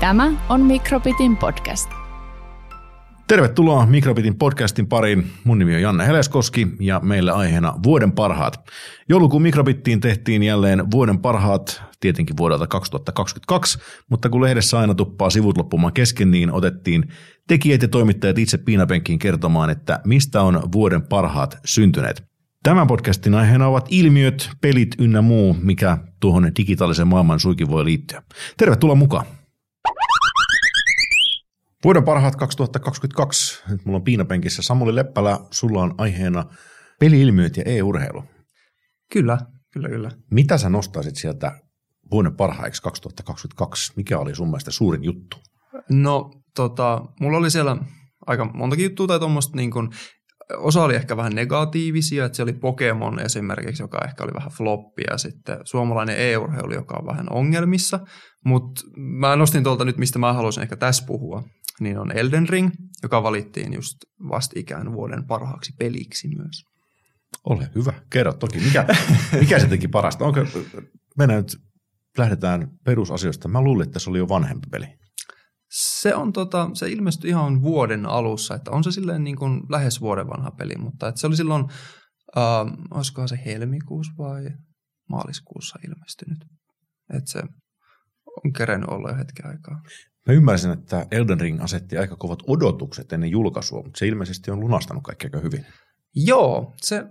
Tämä on Microbitin podcast. Tervetuloa Microbitin podcastin pariin. Mun nimi on Janne Heleskoski ja meillä aiheena vuoden parhaat. Joulukuun Microbittiin tehtiin jälleen vuoden parhaat, tietenkin vuodelta 2022, mutta kun lehdessä aina tuppaa sivut loppumaan kesken, niin otettiin tekijät ja toimittajat itse piinapenkkiin kertomaan, että mistä on vuoden parhaat syntyneet. Tämän podcastin aiheena ovat ilmiöt, pelit ynnä muu, mikä tuohon digitaalisen maailman suikin voi liittyä. Tervetuloa mukaan. Vuoden parhaat 2022. Nyt mulla on piinapenkissä Samuli Leppälä. Sulla on aiheena peli-ilmiöt ja e-urheilu. Kyllä. Mitä sä nostaisit sieltä vuoden parhaiksi 2022? Mikä oli sun mielestä suurin juttu? No, mulla oli siellä aika montakin juttua tai tuommoista niin kuin, osa oli ehkä vähän negatiivisia, että se oli Pokemon esimerkiksi, joka ehkä oli vähän floppi, ja sitten suomalainen e-urheilu, joka on vähän ongelmissa, mutta mä nostin tuolta nyt, mistä mä haluaisin ehkä tässä puhua, niin on Elden Ring, joka valittiin just vastikään vuoden parhaaksi peliksi myös. Ole hyvä, kerro toki. Mikä se teki parasta? Mennään nyt, lähdetään perusasioista. Mä luulin, että se oli jo vanhempi peli. Se on se ilmestyi ihan vuoden alussa, että on se silleen niin kuin lähes vuoden vanha peli, mutta että se oli silloin, olisikohan se helmikuussa vai maaliskuussa ilmestynyt, että se on kerennyt olla jo hetken aikaa. Mä ymmärsin, että Elden Ring asetti aika kovat odotukset ennen julkaisua, mutta se ilmeisesti on lunastanut kaikki aika hyvin. Joo, se,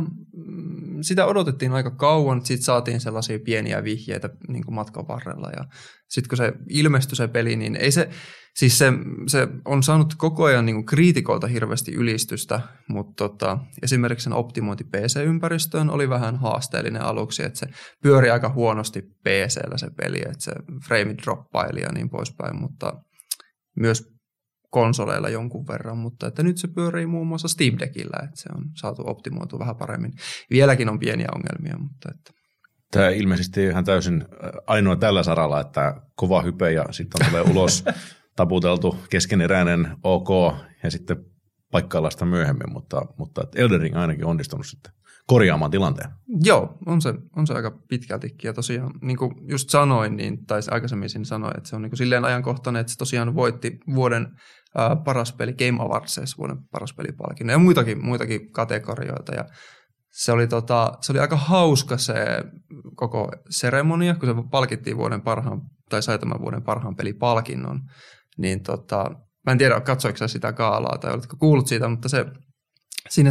sitä odotettiin aika kauan, siitä saatiin sellaisia pieniä vihjeitä niin kuin matkan varrella ja sitten kun se ilmestyi se peli, niin ei se, siis se on saanut koko ajan niin kuin kriitikolta hirveästi ylistystä, mutta esimerkiksi sen optimointi PC-ympäristöön oli vähän haasteellinen aluksi, että se pyöri aika huonosti PC:llä se peli, että se frame droppaili ja niin poispäin, mutta myös konsoleilla jonkun verran, mutta että nyt se pyörii muun muassa Steam Deckillä, että se on saatu optimoitua vähän paremmin. Vieläkin on pieniä ongelmia, mutta että. Tämä ilmeisesti ihan täysin ainoa tällä saralla, että kova hype ja sitten tulee ulos taputeltu keskeneräinen OK ja sitten paikkaillaan sitä myöhemmin, mutta Elden Ring ainakin onnistunut sitten korjaamaan tilanteen. Joo, on se aika pitkältikin ja tosiaan niin kuin just sanoin, niin, tai aikaisemmin siinä sanoin, että se on niin kuin silleen ajankohtainen, että se tosiaan voitti vuoden paras peli Game Awardsissa vuoden paras pelipalkinnon ja muitakin kategorioita ja se oli aika hauska se koko seremonia, kun se palkittiin vuoden parhaan, tai sai tämän vuoden parhaan pelipalkinnon, niin mä en tiedä, katsoiko sä sitä gaalaa tai oletko kuullut siitä, mutta se sinne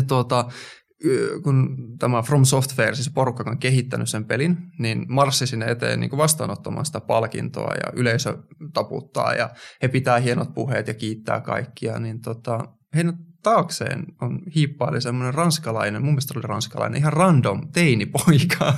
kun tämä From Software, siis porukka on kehittänyt sen pelin, niin marssi sinne eteen niin kuin vastaanottamaan sitä palkintoa ja yleisö taputtaa ja he pitää hienot puheet ja kiittää kaikkia, niin heidän taakseen hiippaili semmoinen ranskalainen, mun mielestä oli ranskalainen, ihan random teinipoika,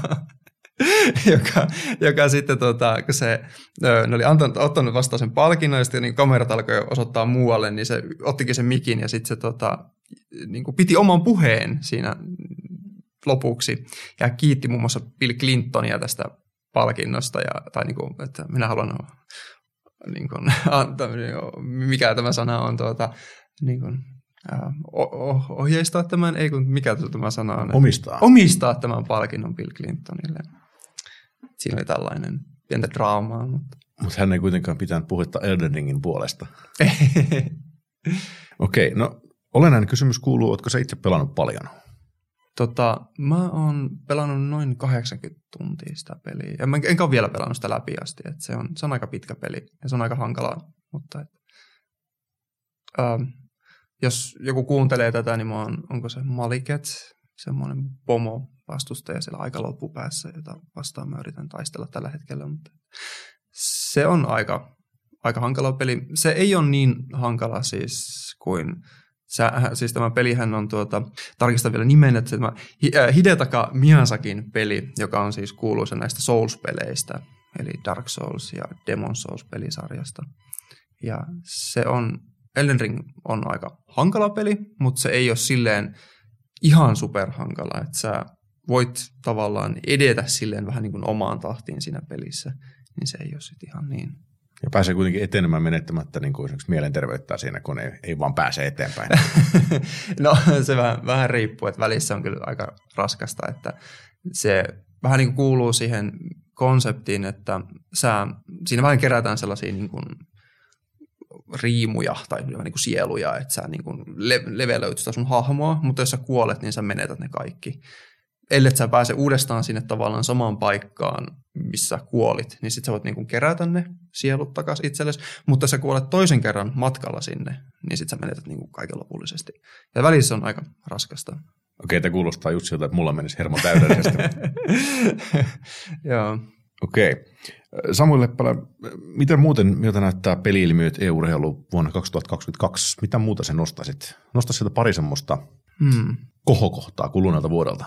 joka sitten, kun ne oli ottanut vastaan sen palkinnon ja sitten niin kamerat alkoi osoittaa muualle, niin se ottikin sen mikin ja sitten se niin kuin piti oman puheen siinä lopuksi ja kiitti muun muassa Bill Clintonia tästä palkinnosta, tai niin kuin, että minä haluan, niin kuin, mikä tämä sana on, niin kuin, ohjeistaa tämän, ei kun mikä tämä sana on? Omistaa tämän palkinnon Bill Clintonille. Siinä oli tällainen pientä draamaa. Mutta hän ei kuitenkaan pitänyt puhetta Elden Ringin puolesta. Okei, no olennainen kysymys kuuluu, ootko sä itse pelannut paljon? Mä oon pelannut noin 80 tuntia sitä peliä. Enkä ole vielä pelannut sitä läpi asti. Se on aika pitkä peli ja se on aika hankalaa. Mutta jos joku kuuntelee tätä, niin onko se Maliket, semmoinen pomo vastustaja siellä aika loppupäässä, jota vastaan mä yritän taistella tällä hetkellä. Mutta se on aika hankala peli. Se ei ole niin hankala siis kuin. Siis tämä pelihän on, tarkistan vielä nimen, että tämä Hidetaka Miyazakin peli, joka on siis kuuluisa näistä Souls-peleistä, eli Dark Souls ja Demon Souls-pelisarjasta. Ja Elden Ring on aika hankala peli, mutta se ei ole silleen ihan superhankala, että sä voit tavallaan edetä silleen vähän niin kuin omaan tahtiin siinä pelissä, niin se ei ole sitten ihan niin. Ja pääsee kuitenkin etenemään menettämättä niin kuin esimerkiksi mielenterveyttä siinä, kun ei vaan pääse eteenpäin. No se vähän riippuu, että välissä on kyllä aika raskasta, että se vähän niin kuin kuuluu siihen konseptiin, että siinä vähän kerätään sellaisia niin kuin riimuja tai niin kuin sieluja, että sä niin kuin levelöit sitä sun hahmoa, mutta jos sä kuolet, niin sä menetät ne kaikki. Ellet sä pääse uudestaan sinne tavallaan samaan paikkaan, missä kuolit, niin sit sä voit niin kuin kerätä ne sielut takaisin itsellesi, mutta jos sä kuolet toisen kerran matkalla sinne, niin sit sä menetät niin kuin kaiken lopullisesti. Ja välissä on aika raskasta. Okei, tämä kuulostaa just siltä, että mulla menisi hermo täydellisesti. Joo. Okei. Samuel Leppälä, miltä näyttää peli-ilmiöt EU-urheilu vuonna 2022? Mitä muuta sä nostaisit? Nosta sieltä pari semmoista kohokohtaa kuluneelta vuodelta.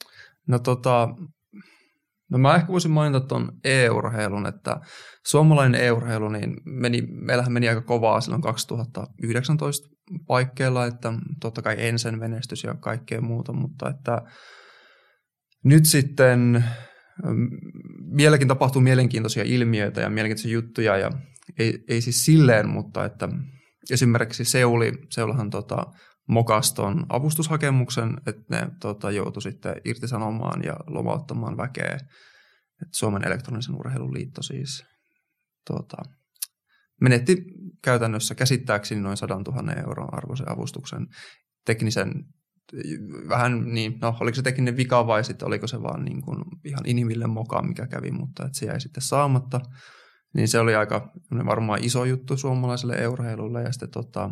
No mä ehkä voisin mainita tuon EU-urheilun, että suomalainen EU-urheilu, niin meillähän meni aika kovaa silloin 2019 paikkeilla, että totta kai ensin menestys ja kaikkea muuta, mutta että nyt sitten vieläkin tapahtuu mielenkiintoisia ilmiöitä ja mielenkiintoisia juttuja ja ei siis silleen, mutta että esimerkiksi Seulahan mokasi ton avustushakemuksen, että ne joutui sitten irtisanomaan ja lomauttamaan väkeä. Että Suomen elektronisen urheilun liitto siis menetti käytännössä käsittääkseni noin 100 000 euron arvoisen avustuksen teknisen, vähän niin, no oliko se tekninen vika vai sitten oliko se vaan niin kuin ihan inhimillinen moka, mikä kävi, mutta että se jäi sitten saamatta. Niin se oli aika varmaan iso juttu suomalaiselle urheilulle ja sitten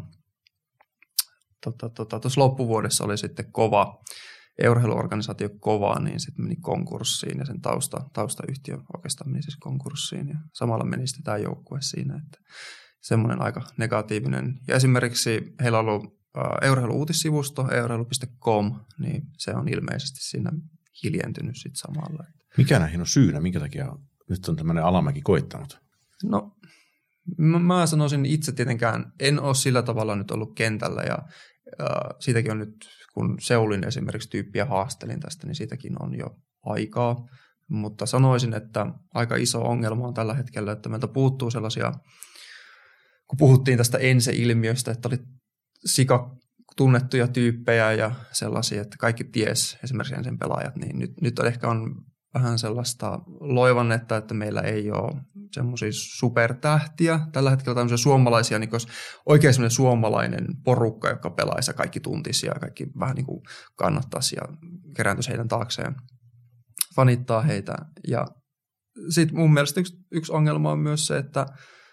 tuossa loppuvuodessa oli sitten kova, urheiluorganisaatio kova, niin sitten meni konkurssiin ja sen taustayhtiö oikeastaan meni siis konkurssiin ja samalla meni sitten tämä joukkue siinä, että semmoinen aika negatiivinen. Ja esimerkiksi heillä on ollut urheilu-uutissivusto, urheilu.com, niin se on ilmeisesti siinä hiljentynyt sitten samalla. Mikä näihin on syynä? Minkä takia nyt on tämmöinen alamäki koittanut? No, mä sanoisin itse tietenkään, en ole sillä tavalla nyt ollut kentällä ja siitäkin on nyt, kun Seulin esimerkiksi tyyppiä haastelin tästä, niin siitäkin on jo aikaa. Mutta sanoisin, että aika iso ongelma on tällä hetkellä, että meiltä puuttuu sellaisia, kun puhuttiin tästä ense-ilmiöstä, että oli tunnettuja tyyppejä ja sellaisia, että kaikki ties esimerkiksi ensin pelaajat, niin nyt ehkä on vähän sellaista loivannetta, että meillä ei ole semmoisia supertähtiä tällä hetkellä, tämmöisiä suomalaisia, niin oikein semmoinen suomalainen porukka, joka pelaisi ja kaikki tuntisi ja kaikki vähän niin kuin kannattaisi ja kerääntyisi heidän taakseen, fanittaa heitä. Ja sitten mun mielestä yksi ongelma on myös se, että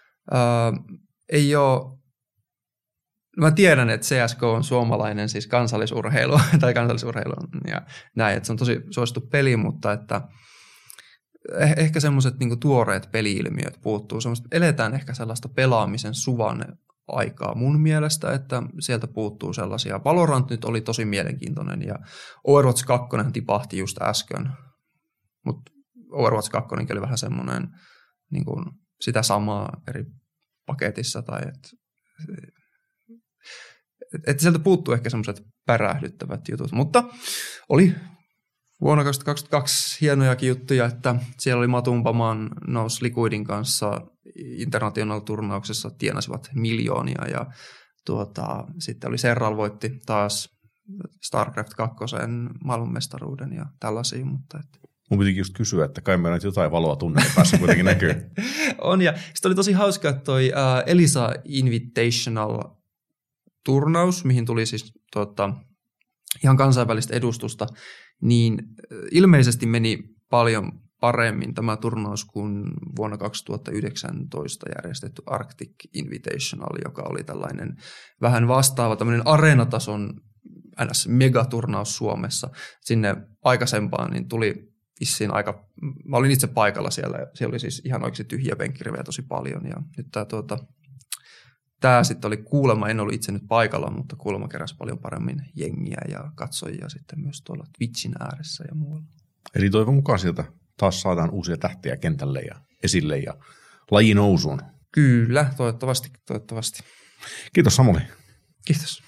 ei ole. Mä tiedän, että CSK on suomalainen siis kansallisurheilu tai kansallisurheilu ja näin, että se on tosi suosittu peli, mutta että ehkä semmoiset niinku tuoreet peli-ilmiöt puuttuu. Eletään ehkä sellaista pelaamisen suvan aikaa mun mielestä, että sieltä puuttuu sellaisia. Valorant nyt oli tosi mielenkiintoinen ja Overwatch 2 tipahti just äsken, mutta Overwatch 2 oli vähän semmoinen niinku sitä samaa eri paketissa tai että sieltä puuttuu ehkä semmoiset pärähdyttävät jutut, mutta oli vuonna 2022 hienojakin juttuja, että siellä oli Matumbaman nousi Liquidin kanssa International-turnauksessa, tienasivat miljoonia ja sitten oli Serral voitti taas StarCraft 2 maailmanmestaruuden ja tällaisia, mutta mun pitikin just kysyä, että kai meillä nyt jotain valoa tunnelin päässä kuitenkin näkyy. On ja sitten oli tosi hauska, että toi Elisa Invitational turnaus, mihin tuli siis ihan kansainvälistä edustusta, niin ilmeisesti meni paljon paremmin tämä turnaus kuin vuonna 2019 järjestetty Arctic Invitational, joka oli tällainen vähän vastaava tämmöinen areenatason NS-megaturnaus Suomessa. Sinne aikaisempaan niin tuli vissiin mä olin itse paikalla siellä, siellä oli siis ihan oikeasti tyhjiä penkkirivejä tosi paljon ja nyt tämä sitten oli kuulemma, en ollut itse nyt paikalla, mutta kuulemma keräsi paljon paremmin jengiä ja katsojia sitten myös tuolla Twitchin ääressä ja muualla. Eli toivon mukaan sieltä taas saadaan uusia tähtiä kentälle ja esille ja laji nousuun. Kyllä, toivottavasti. Kiitos Samuli. Kiitos.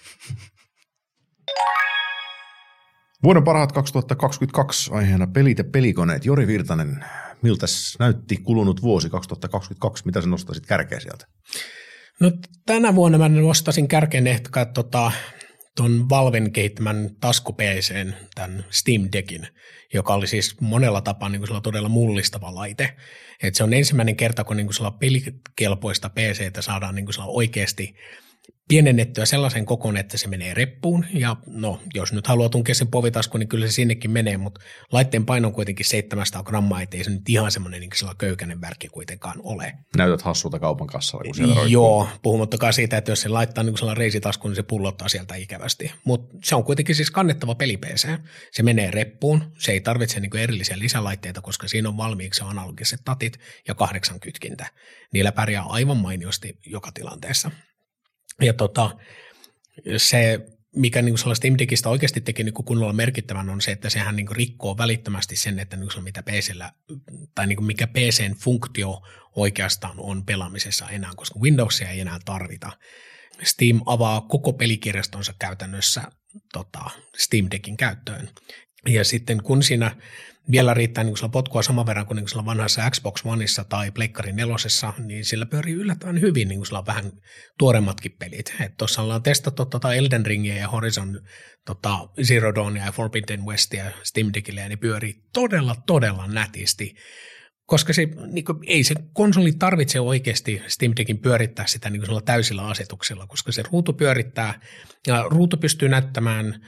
Vuoden parhaat 2022 aiheena pelit ja pelikoneet. Jori Virtanen, miltäs näytti kulunut vuosi 2022? Mitä sä nostaisit kärkeä sieltä? No tänä vuonna mä nostaisin kärkeen ehkä tuon Valven kehittämän tasku-PC:n, tämän Steam Deckin, joka oli siis monella tapaa niin kuin todella mullistava laite. Et se on ensimmäinen kerta, kun niin kuin pelikelpoista PC:tä saadaan niin kuin oikeasti pienennettyä sellaisen kokoon, että se menee reppuun. Ja no, jos nyt haluaa tunkea sen povitaskuun, niin kyllä se sinnekin menee, mutta laitteen paino on kuitenkin 700 grammaa, ettei se nyt ihan semmoinen niin köykäinen värkki kuitenkaan ole. Näytät hassulta kaupan kassalla, kun siellä roikkuu. Joo, puhumattakaan siitä, että jos se laittaa niin sellainen reisitaskuun, niin se pullottaa sieltä ikävästi. Mutta se on kuitenkin siis kannettava peli-PC. Se menee reppuun, se ei tarvitse niin erillisiä lisälaitteita, koska siinä on valmiiksi analogiset tatit ja 8 kytkintä. Niillä pärjää aivan mainiosti joka tilanteessa. Ja se, mikä niin Steam Deckistä oikeasti teki niin kunnolla merkittävän, on se, että sehän niin rikkoo välittömästi sen, että niin mitä PC:llä, tai niin mikä PC:n funktio oikeastaan on pelaamisessa enää, koska Windowsia ei enää tarvita. Steam avaa koko pelikirjastonsa käytännössä Steam Deckin käyttöön. Ja sitten kun siinä vielä riittää niin potkua saman verran kuin vanhassa Xbox Oneissa tai Pleikkari 4:ssa, niin sillä pyörii yllättävän hyvin niin vähän tuoremmatkin pelit. Tuossa ollaan testattu Elden Ringia ja Horizon Zero Dawnia ja Forbidden Westia Steam Deckille, ja ne pyörii todella nätisti. Koska se, niin kuin, ei se konsoli tarvitse oikeasti Steam Deckin pyörittää sitä niin kuin täysillä asetuksilla, koska se ruutu pyörittää, ja ruutu pystyy näyttämään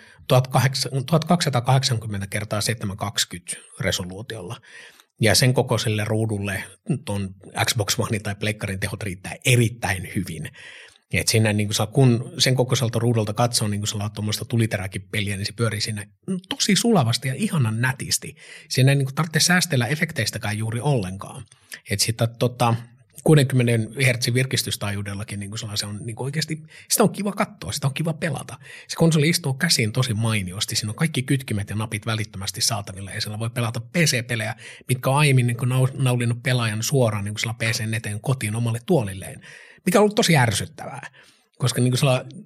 1280 x 720 resoluutiolla. Ja sen kokoiselle ruudulle tuon Xbox One tai Pleikkarin tehot riittää erittäin hyvin. Et siinä, niin kun sen kokoiselta ruudulta katsoo niin tuommoista tuliteräkin peliä, niin se pyörii siinä tosi sulavasti ja ihanan nätisti. Siinä ei niin tarvitse säästellä efekteistäkään juuri ollenkaan. Että sitä 60 Hz virkistystaajuudellakin niin se on niin oikeasti, sitä on kiva katsoa, sitä on kiva pelata. Se konsoli istuu käsiin tosi mainiosti, siinä on kaikki kytkimet ja napit välittömästi saatavilla, ja siellä voi pelata PC-pelejä, mitkä on aiemmin niin naulinut pelaajan suoraan niin PC:n eteen kotiin omalle tuolilleen, mikä on ollut tosi ärsyttävää, koska niin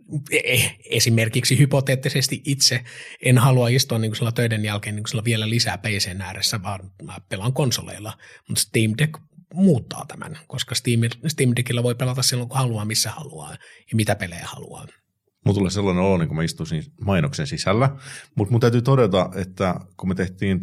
esimerkiksi hypoteettisesti itse en halua istua niin töiden jälkeen niin vielä lisää PC:n ääressä, vaan mä pelaan konsoleilla, mutta Steam Deck muuttaa tämän, koska Steam Deckillä voi pelata silloin, kun haluaa, missä haluaa ja mitä pelejä haluaa. Mulla tulee sellainen olo, niin kun mä istuisin mainoksen sisällä, mutta mun täytyy todeta, että kun me tehtiin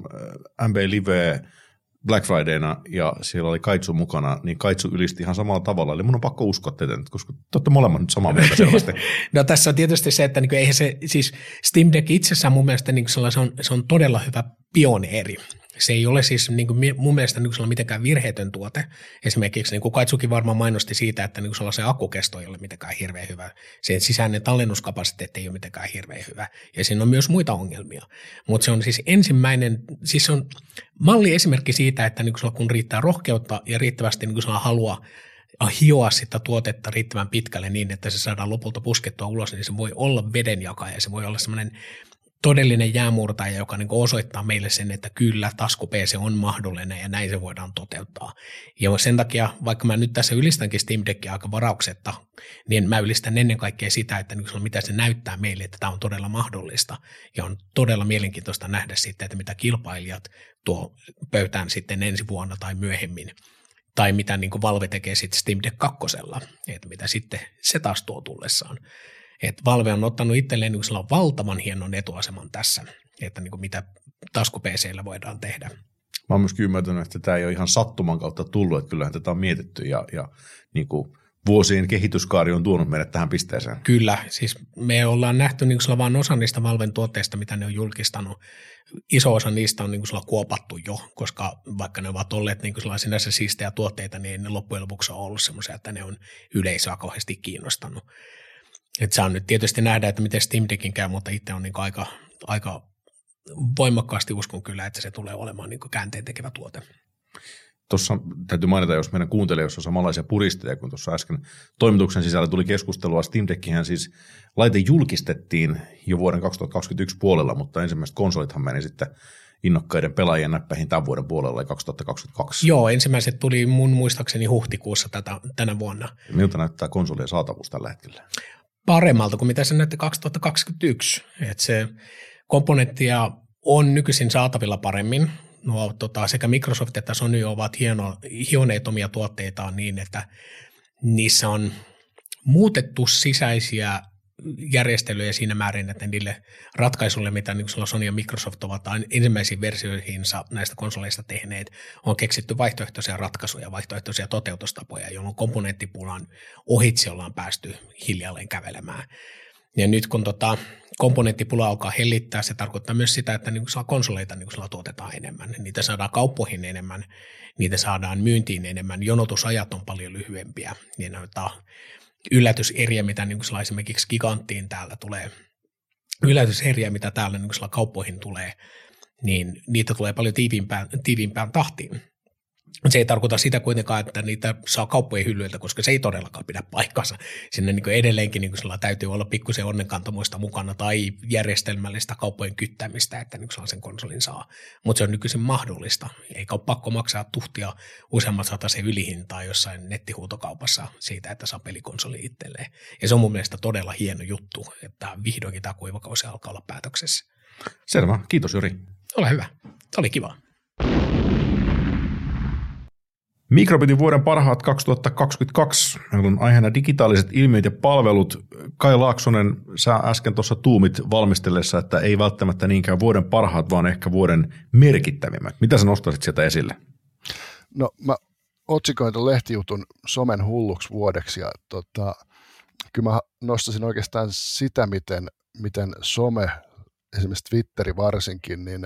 NBA Live Black Fridayna ja siellä oli Kaitsu mukana, niin Kaitsu ylisti ihan samalla tavalla. Eli mun on pakko uskoa teitä, koska te olette molemmat nyt samaa mieltä selvästi. No tässä on tietysti se, että eihän se, siis Steam Deck itsessään mun mielestä se on todella hyvä pioneeri. Se ei ole siis niin kuin mun mielestä niin mitenkään virheetön tuote. Esimerkiksi niin kuin Kaitsukin varmaan mainosti siitä, että niin se akkukesto ei ole mitenkään hirveän hyvä. Sen sisäinen tallennuskapasiteetti ei ole mitenkään hirveän hyvä. Ja siinä on myös muita ongelmia. Mutta se on siis ensimmäinen, siis se on malliesimerkki siitä, että niin kun riittää rohkeutta ja riittävästi niin halua hioa sitä tuotetta riittävän pitkälle niin, että se saadaan lopulta puskettua ulos, niin se voi olla vedenjakaja ja se voi olla semmoinen todellinen jäämurtaja, joka niin osoittaa meille sen, että kyllä tasku-PC on mahdollinen ja näin se voidaan toteuttaa. Ja sen takia, vaikka mä nyt tässä ylistänkin Steam Deckia aika varauksetta, niin mä ylistän ennen kaikkea sitä, että mitä se näyttää meille, että tämä on todella mahdollista. Ja on todella mielenkiintoista nähdä sitten, että mitä kilpailijat tuo pöytään sitten ensi vuonna tai myöhemmin. Tai mitä niin kuin Valve tekee sitten Steam Deck 2, että mitä sitten se taas tuo tullessaan. Että Valve on ottanut itselleen niin valtavan hienon etuaseman tässä, että niin kuin mitä tasku-PC:llä voidaan tehdä. Mä oon myöskin ymmärtänyt, että tämä ei ole ihan sattuman kautta tullut, että kyllähän tätä on mietitty ja niin kuin vuosien kehityskaari on tuonut meidät tähän pisteeseen. Kyllä, siis me ollaan nähty niin kuin vain osa niistä Valven tuotteista, mitä ne on julkistanut. Iso osa niistä on niin kuin kuopattu jo, koska vaikka ne ovat olleet niin kuin sinänsä siistejä tuotteita, niin ne loppujen lopuksi on ollut semmoisia, että ne on yleisöä kauheasti kiinnostanut. Että saa nyt tietysti nähdä, että miten Steam Deckin käy, mutta itse on niin aika voimakkaasti uskon kyllä, että se tulee olemaan niin käänteen tekevä tuote. Tuossa täytyy mainita, jos meidän kuuntelijoissa on samanlaisia puristeja, kun tuossa äsken toimituksen sisällä tuli keskustelua. Steam Deckihän siis laite julkistettiin jo vuoden 2021 puolella, mutta ensimmäiset konsolithan meni sitten innokkaiden pelaajien näppäihin tämän vuoden puolella 2022. Joo, ensimmäiset tuli mun muistaakseni huhtikuussa tänä vuonna. Miltä näyttää konsolien saatavuus tällä hetkellä? Paremmalta kuin mitä se näytti 2021. Että se komponenttia on nykyisin saatavilla paremmin. No, sekä Microsoft että Sony ovat hioneet omia tuotteitaan niin, että niissä on muutettu sisäisiä järjestelyjä siinä määrin, että niille ratkaisuille, mitä niin Sony ja Microsoft ovat ensimmäisiin versioihinsa näistä konsoleista tehneet, on keksitty vaihtoehtoisia ratkaisuja, vaihtoehtoisia toteutustapoja, jolloin komponenttipulan ohitse ollaan päästy hiljalleen kävelemään. Ja nyt kun komponenttipula alkaa hellittää, se tarkoittaa myös sitä, että niin konsoleita niin tuotetaan enemmän. Niitä saadaan kauppoihin enemmän, niitä saadaan myyntiin enemmän, jonotusajat on paljon lyhyempiä. Niin yllätyseriä, mitä niin esimerkiksi Giganttiin täältä tulee, yllätyseriä, mitä täällä niin kauppoihin tulee, niin niitä tulee paljon tiiviimpään tahtiin. Se ei tarkoita sitä kuitenkaan, että niitä saa kauppojen hyllyiltä, koska se ei todellakaan pidä paikkansa. Sinne niin edelleenkin niin täytyy olla pikkusen onnenkantamoista mukana tai järjestelmällistä kauppojen kyttämistä, että niin sen konsolin saa. Mutta se on nykyisin mahdollista. Eikä ole pakko maksaa tuhtia useammat sataisen ylihintaa jossain nettihuutokaupassa siitä, että saa pelikonsoli itselleen. Ja se on mun mielestä todella hieno juttu, että vihdoinkin tämä kuivakausi alkaa olla päätöksessä. Selvä. Kiitos Jori. Ole hyvä. Tämä oli kiva. Microbitin vuoden parhaat 2022. Meillä on aiheena digitaaliset ilmiöt ja palvelut. Kai Laaksonen, sä äsken tuossa tuumit valmistellessa, että ei välttämättä niinkään vuoden parhaat, vaan ehkä vuoden merkittävimmät. Mitä sä nostaisit sieltä esille? No mä otsikoin tuon lehtijutun somen hulluksi vuodeksi ja kyllä mä nostaisin oikeastaan sitä, miten some, esimerkiksi Twitteri varsinkin, niin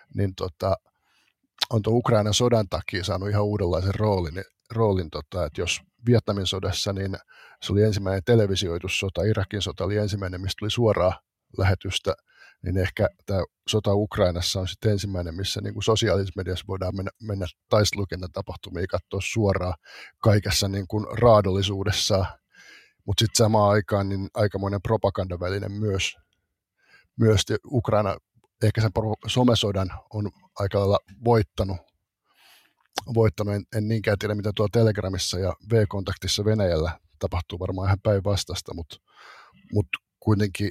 on tuon Ukrainan sodan takia saanut ihan uudenlaisen roolin että jos Vietnamin sodassa, niin se oli ensimmäinen televisioitussota, Irakin sota oli ensimmäinen, mistä tuli suoraa lähetystä, niin ehkä tämä sota Ukrainassa on sitten ensimmäinen, missä niin kuin sosiaalisessa mediassa voidaan mennä taistelukentän tapahtumiin ja katsoa suoraan kaikessa niin kuin raadollisuudessaan, mutta sitten samaan aikaan niin aikamoinen propagandaväline myös Ukraina, ehkä sen somesodan on aika lailla voittanut. En niinkään tiedä, mitä tuolla Telegramissa ja V-kontaktissa Venäjällä tapahtuu, varmaan ihan päinvastaista, mutta kuitenkin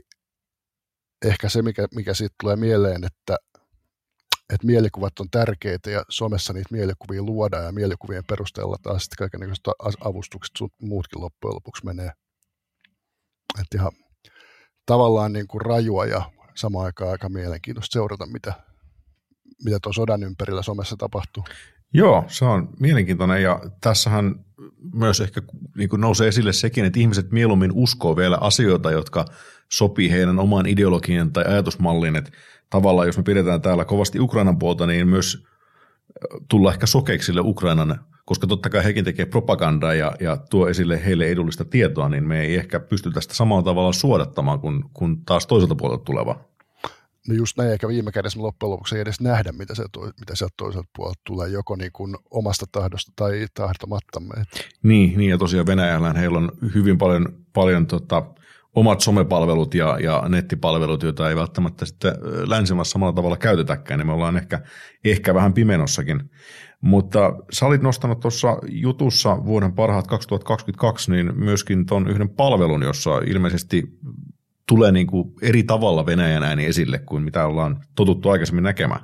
ehkä se, mikä siitä tulee mieleen, että mielikuvat on tärkeitä ja somessa niitä mielikuvia luodaan ja mielikuvien perusteella taas sitten kaikenlaiset avustukset muutkin loppujen lopuksi menee. Että ihan tavallaan niin kuin rajua ja samaan aikaan aika mielenkiintoista seurata, mitä tuon sodan ympärillä somessa tapahtuu. Joo, se on mielenkiintoinen ja tässähän myös ehkä niin kuin nousee esille sekin, että ihmiset mieluummin uskoo vielä asioita, jotka sopii heidän omaan ideologian tai ajatusmalliin, että tavallaan jos me pidetään täällä kovasti Ukrainan puolta, niin myös tulla ehkä sokeiksi sille Ukrainan, koska totta kai hekin tekee propagandaa ja tuo esille heille edullista tietoa, niin me ei ehkä pystytä sitä samalla tavalla suodattamaan kuin taas toiselta puolelta tuleva. No just näin, eikä viime kädessä loppujen lopuksi ei edes nähdä, mitä sieltä toiselta puolelta tulee, joko niin kuin omasta tahdosta tai tahtomattamme. Niin, ja tosiaan Venäjällä heillä on hyvin paljon omat somepalvelut ja nettipalvelut, joita ei välttämättä sitten länsimaassa samalla tavalla käytetäkään, niin me ollaan ehkä vähän pimenossakin. Mutta sä olit nostanut tuossa jutussa vuoden parhaat 2022, niin myöskin ton yhden palvelun, jossa ilmeisesti tulee niin kuin eri tavalla Venäjän ääni esille kuin mitä ollaan totuttu aikaisemmin näkemään.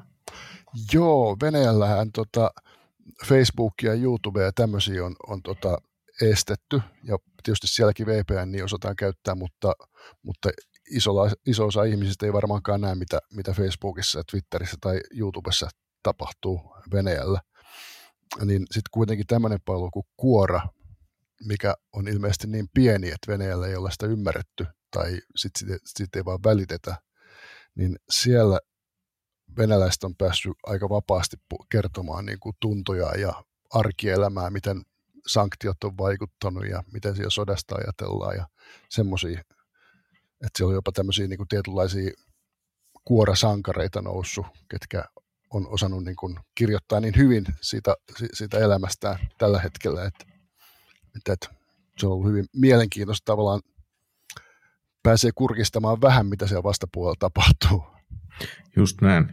Joo, Venäjällähän Facebook ja YouTube ja tämmöisiä on estetty, ja tietysti sielläkin VPN niin osataan käyttää, mutta iso osa ihmisistä ei varmaankaan näe, mitä Facebookissa, Twitterissä tai YouTubessa tapahtuu Venäjällä. Niin sitten kuitenkin tämmöinen palvelu kuin Quora, mikä on ilmeisesti niin pieni, että Venäjällä ei ole sitä ymmärretty, tai sitten ei vaan välitetä, niin siellä venäläiset on päässyt aika vapaasti kertomaan niin kuin tuntoja ja arkielämää, miten sanktiot on vaikuttanut ja miten siellä sodasta ajatellaan ja semmoisia, että siellä on jopa tämmöisiä niin kuin tietynlaisia kuorasankareita noussut, ketkä on osannut niin kuin kirjoittaa niin hyvin siitä elämästään tällä hetkellä, että se on ollut hyvin mielenkiintoista tavallaan pääsee kurkistamaan vähän, mitä siellä vastapuolella tapahtuu. Just näin.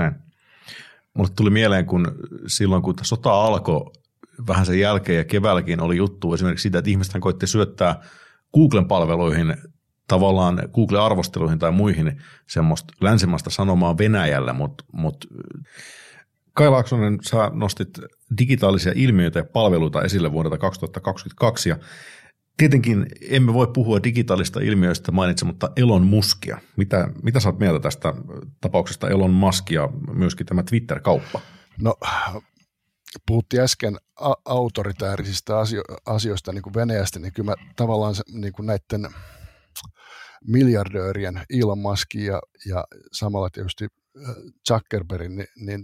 Mulle tuli mieleen, kun silloin kun sota alkoi, vähän sen jälkeen ja keväälläkin oli juttu esimerkiksi siitä, että ihmisethän koitti syöttää Googlen palveluihin, tavallaan Google-arvosteluihin tai muihin semmoista länsimaista sanomaa Venäjällä, mutta Kai Laaksonen, sä nostit digitaalisia ilmiöitä ja palveluita esille vuodelta 2022 ja Tietenkin emme voi puhua digitaalista ilmiöistä mainitsematta Elon Muskia. Mitä sä oot mieltä tästä tapauksesta Elon Musk ja myöskin tämä Twitter-kauppa? No, puhuttiin äsken autoritäärisistä asioista niin kuin Venäjästä, niin kyllä mä tavallaan niin kuin näiden miljardöörien Elon Muskin ja samalla tietysti Zuckerbergin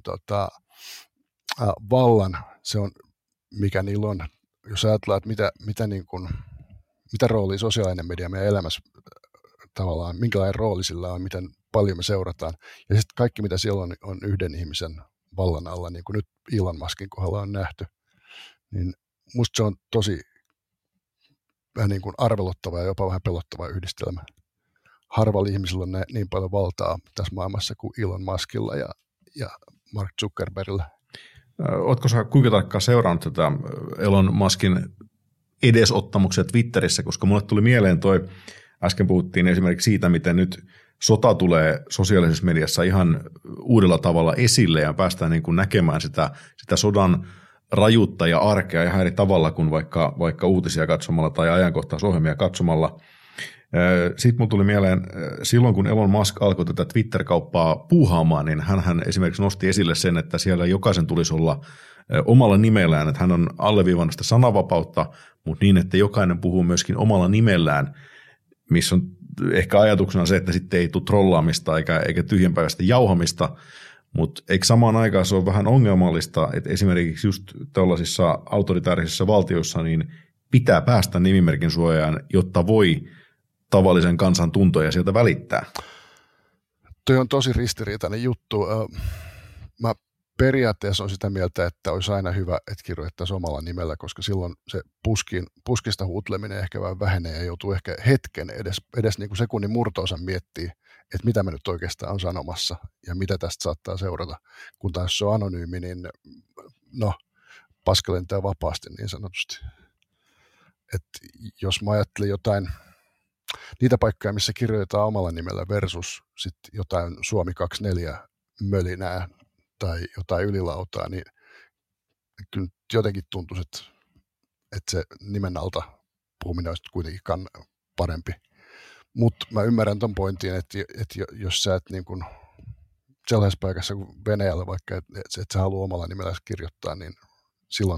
vallan, se on mikä niillä on. Jos ajatellaan, että mitä roolia sosiaalinen media meidän elämässä tavallaan, minkälainen rooli sillä on, miten paljon me seurataan. Ja sitten kaikki, mitä siellä on yhden ihmisen vallan alla, niin kuin nyt Elon Muskin kohdalla on nähty, niin musta se on tosi vähän niin kuin arveluttava ja jopa vähän pelottava yhdistelmä. Harvalla ihmisillä on niin paljon valtaa tässä maailmassa kuin Elon Muskilla ja Mark Zuckerbergillä. Ootko sä kuinka tarkkaan seurannut tätä Elon Muskin edesottamuksia Twitterissä, koska mulle tuli mieleen äsken puhuttiin esimerkiksi siitä, miten nyt sota tulee sosiaalisessa mediassa ihan uudella tavalla esille ja päästään niin kuin näkemään sitä sodan rajuutta ja arkea ihan eri tavalla kuin vaikka uutisia katsomalla tai ajankohtaisohjelmia katsomalla. Sitten mun tuli mieleen, silloin kun Elon Musk alkoi tätä Twitter-kauppaa puuhaamaan, niin hän esimerkiksi nosti esille sen, että siellä jokaisen tulisi olla omalla nimellään, että hän on alleviivannut sitä sananvapautta, mutta niin, että jokainen puhuu myöskin omalla nimellään, missä on ehkä ajatuksena se, että sitten ei tule trollaamista eikä tyhjänpäiväistä jauhamista, mutta eikö samaan aikaan se ole vähän ongelmallista, että esimerkiksi just tällaisissa autoritaarisissa valtioissa niin pitää päästä nimimerkin suojaan, jotta voi tavallisen kansan tuntoja sieltä välittää. Toi on tosi ristiriitainen juttu. Mä periaatteessa on sitä mieltä, että olisi aina hyvä, että kirjoittaisi omalla nimellä, koska silloin se puskista huutleminen ehkä vähän vähenee ja joutuu ehkä hetken edes niin kuin sekunnin murto-osan miettiä, että mitä mä nyt oikeastaan on sanomassa ja mitä tästä saattaa seurata. Kun taas se on anonyymi, niin paska lentää vapaasti niin sanotusti. Että jos mä ajattelen jotain, niitä paikkoja, missä kirjoitetaan omalla nimellä versus sit jotain Suomi 24 mölinää tai jotain ylilautaa, niin kyllä jotenkin tuntuisi, että se nimen alta puhuminen olisi kuitenkin parempi. Mutta mä ymmärrän ton pointin, että jos sä et niin kun sellaisessa paikassa kuin Venäjällä vaikka, että sä haluaa omalla nimellä kirjoittaa, niin silloin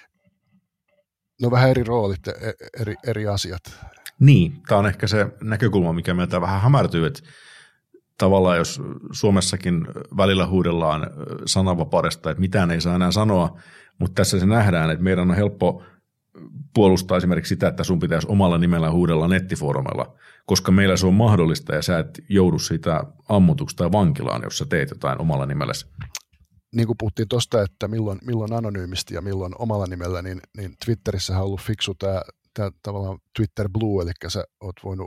no vähän eri roolit, eri asiat. Niin, tämä on ehkä se näkökulma, mikä meiltä vähän hämärtyy, että tavallaan jos Suomessakin välillä huudellaan sananvapaudesta, että mitään ei saa enää sanoa, mutta tässä se nähdään, että meidän on helppo puolustaa esimerkiksi sitä, että sun pitäisi omalla nimellä huudella nettifoorumilla, koska meillä se on mahdollista ja sä et joudu siitä ammutuksi tai vankilaan, jos sä teet jotain omalla nimelläsi. Niin kuin puhuttiin tuosta, että milloin anonyymisti ja milloin omalla nimellä, niin Twitterissä on ollut fiksu tämä tavallaan Twitter Blue, eli sä oot voinut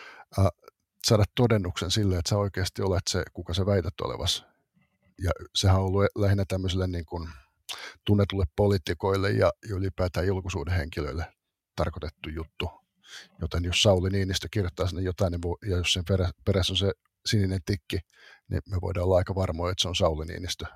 saada todennuksen sille, että sä oikeasti olet se, kuka sä väität olevasi. Ja sehän on ollut lähinnä tämmöiselle niin kuin tunnetulle poliitikoille ja ylipäätään julkisuuden henkilöille tarkoitettu juttu. Joten jos Sauli Niinistö kirjoittaa sinne jotain, niin ja jos sen perässä on se sininen tikki, niin me voidaan olla aika varmoja, että se on Sauli Niinistö,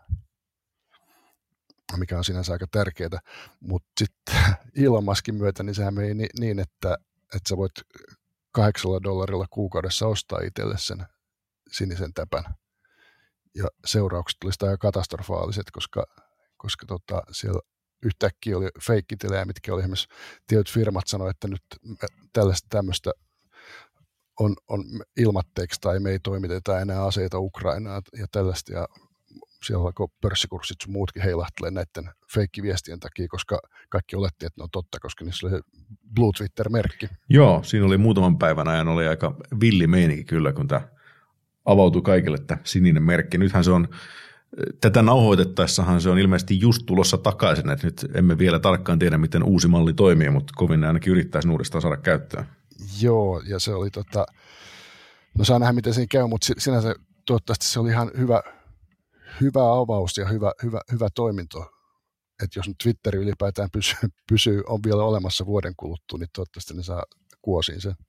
mikä on sinänsä aika tärkeää. Mutta sitten Elon Muskin myötä, niin sehän meni niin, että sä voit $8 kuukaudessa ostaa itselle sen sinisen täpän. Ja seuraukset olisivat aika katastrofaaliset, koska siellä yhtäkkiä oli feikkitilejä, mitkä oli esimerkiksi tietyt firmat sanoivat, että nyt tämmöistä on ilmatteeksi tai me ei toimiteta enää aseita Ukrainaan ja tällaista. Ja siellä alkoi pörssikurssit sun muutkin heilahtelee näiden feikkiviestien takia, koska kaikki olettiin, että ne on totta, koska niissä oli Blue Twitter-merkki. Joo, siinä oli muutaman päivän ajan oli aika villi meininki kyllä, kun tämä avautui kaikille tämä sininen merkki. Nythän se on, tätä nauhoitettaessahan se on ilmeisesti just tulossa takaisin, että nyt emme vielä tarkkaan tiedä, miten uusi malli toimii, mutta kovin ne ainakin yrittäisi uudestaan saada käyttöön. Joo, ja se oli no saa nähdä, miten siinä käy, mutta sinänsä toivottavasti se oli ihan hyvä avaus ja hyvä toiminto. Että jos nyt Twitter ylipäätään pysyy, on vielä olemassa vuoden kuluttua, niin toivottavasti ne saa kuosiin sen.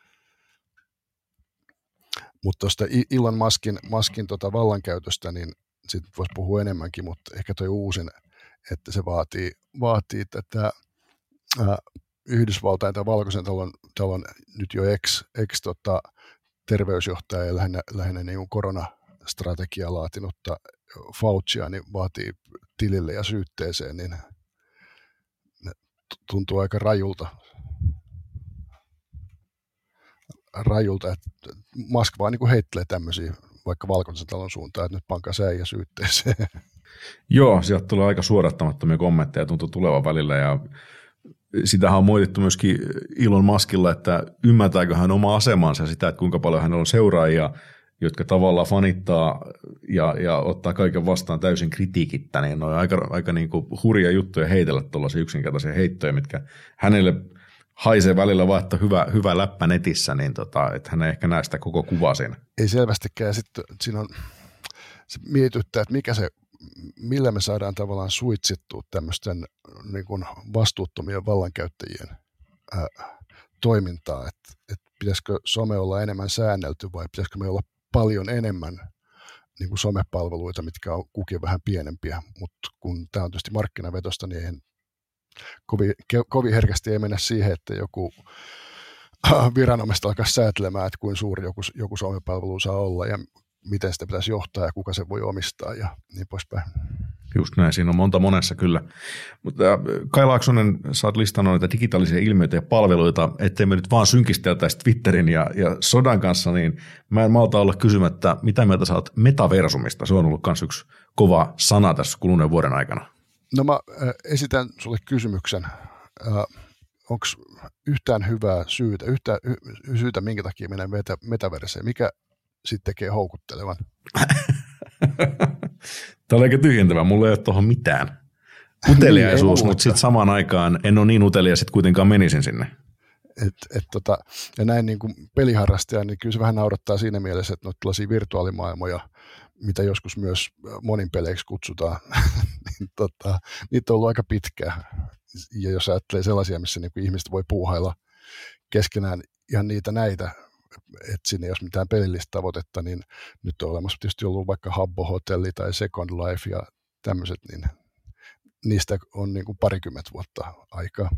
Mutta tuosta Elon Muskin vallankäytöstä, niin siitä voisi puhua enemmänkin, mutta ehkä toi uusin, että se vaatii tätä Yhdysvaltain tai Valkoisen talon nyt jo ex terveysjohtaja ja lähinnä niin koronastrategiaa laatinutta Faucia niin vaatii tilille ja syytteeseen, niin ne tuntuu aika rajulta, että Musk vaan niin kuin heittelee tämmöisiä vaikka Valkoisen talon suuntaan, että nyt pankaa säijä syytteeseen. Joo, sieltä tulee aika suodattamattomia kommentteja, tuntuu tulevan välillä, ja sitähän on moitittu myöskin Elon Muskilla, että ymmärtääkö hän oma asemansa ja sitä, että kuinka paljon hänellä on seuraajia, jotka tavallaan fanittaa ja ottaa kaiken vastaan täysin kritiikittä, niin ne on aika niin kuin hurja juttuja heitellä tuollaisia yksinkertaisia heittoja, mitkä hänelle haisee välillä vaan, että hyvä läppä netissä, niin että hän ei ehkä näe sitä koko kuvaa siinä. Ei selvästikään. Sitten siinä on, se mietityttää, että millä me saadaan tavallaan suitsittua tämmöisten niin kuin vastuuttomien vallankäyttäjien toimintaa, että pitäisikö some olla enemmän säännelty vai pitäisikö me olla paljon enemmän niin kuin somepalveluita, mitkä on kukin vähän pienempiä, mutta kun tämä on tietysti markkinavetosta, niin eihän kovin herkästi ei mennä siihen, että joku viranomaista alkaa säätelemään, että kuinka suuri joku somepalvelu saa olla ja miten sitä pitäisi johtaa ja kuka se voi omistaa ja niin poispäin. Just näin, siinä on monessa kyllä. Mutta Kai Laaksonen, sä oot listannut näitä digitaalisia ilmiöitä ja palveluita, ettei me nyt vaan synkisteltäisi Twitterin ja sodan kanssa, niin mä en malta olla kysymättä, mitä mieltä sä oot metaversumista? Se on ollut myös yksi kova sana tässä kuluneen vuoden aikana. No mä esitän sulle kysymyksen. Onko yhtään hyvää syytä, minkä takia mennään metaverseen? Mikä sitten tekee houkuttelevan? Tämä oli aika tyhjentävä. Mulla ei ole tuohon mitään. Uteliaisuus, mutta sitten samaan aikaan en ole niin utelias, että kuitenkaan menisin sinne. Ja näin niin kuin peliharrastaja, niin kyllä se vähän naurattaa siinä mielessä, että noita tällaisia virtuaalimaailmoja, mitä joskus myös monin peleiksi kutsutaan, niin niitä on ollut aika pitkään. Ja jos ajattelee sellaisia, missä niin kuin ihmiset voi puuhailla keskenään ihan näitä, että sinne ei ole mitään pelillistä tavoitetta, niin nyt on olemassa tietysti ollut vaikka Habbo Hotelli tai Second Life ja tämmöiset, niin niistä on niin kuin 20 vuotta aikaa.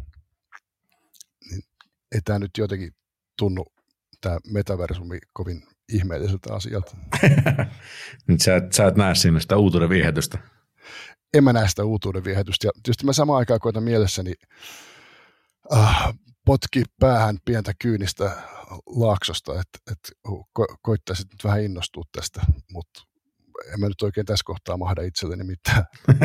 Niin ei tämä nyt jotenkin tunnu, tämä metaversumi, kovin ihmeelliseltä asialta. Nyt sä et näe sinne sitä uutuuden viehätystä. En mä näe sitä uutuuden viehätystä. Ja tietysti mä samaan aikaan koitan mielessäni potki päähän pientä kyynistä Laaksosta, että koittaisit nyt vähän innostua tästä, mutta en mä nyt oikein tässä kohtaa mahda itselleni mitään.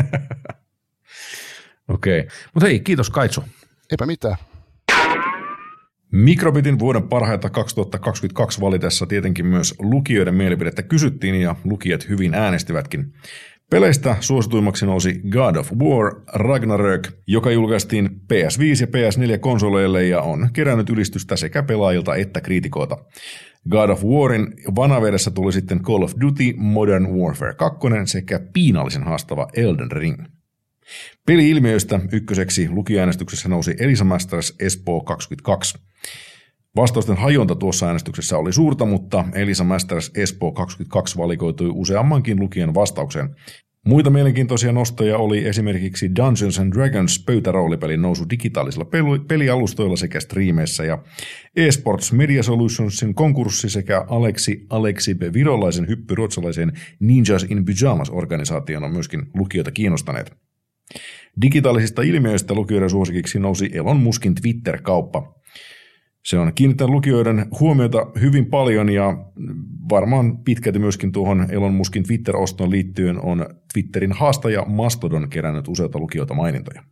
Okei, mutta hei, kiitos Kaitsu. Eipä mitään. Microbitin vuoden parhaita 2022 valitessa tietenkin myös lukijoiden mielipidettä kysyttiin ja lukijat hyvin äänestivätkin. Peleistä suosituimmaksi nousi God of War Ragnarök, joka julkaistiin PS5 ja PS4-konsoleille ja on kerännyt ylistystä sekä pelaajilta että kriitikoilta. God of Warin vanavedessä tuli sitten Call of Duty Modern Warfare 2 sekä piinallisen haastava Elden Ring. Peli-ilmiöistä ykköseksi lukijaäänestyksessä nousi Elisa Masters Espoo 22. Vastausten hajonta tuossa äänestyksessä oli suurta, mutta Elisa Masters Espoo 22 valikoitui useammankin lukijan vastaukseen. Muita mielenkiintoisia nostoja oli esimerkiksi Dungeons & Dragons pöytäroolipelin nousu digitaalisilla pelialustoilla sekä striimeissä ja eSports Media Solutionsin konkurssi sekä Aleksi virolaisen hyppy ruotsalaiseen Ninjas in Pyjamas-organisaation on myöskin lukijoita kiinnostaneet. Digitaalisista ilmiöistä lukijoiden suosikiksi nousi Elon Muskin Twitter-kauppa. Se on kiinnittänyt lukijoiden huomiota hyvin paljon ja varmaan pitkälti myöskin tuohon Elon Muskin Twitter-ostoon liittyen on Twitterin haastaja Mastodon kerännyt useita lukijoita mainintoja.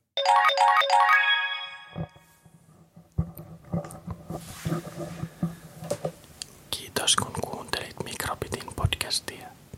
Kiitos kun kuuntelit Microbitin podcastia.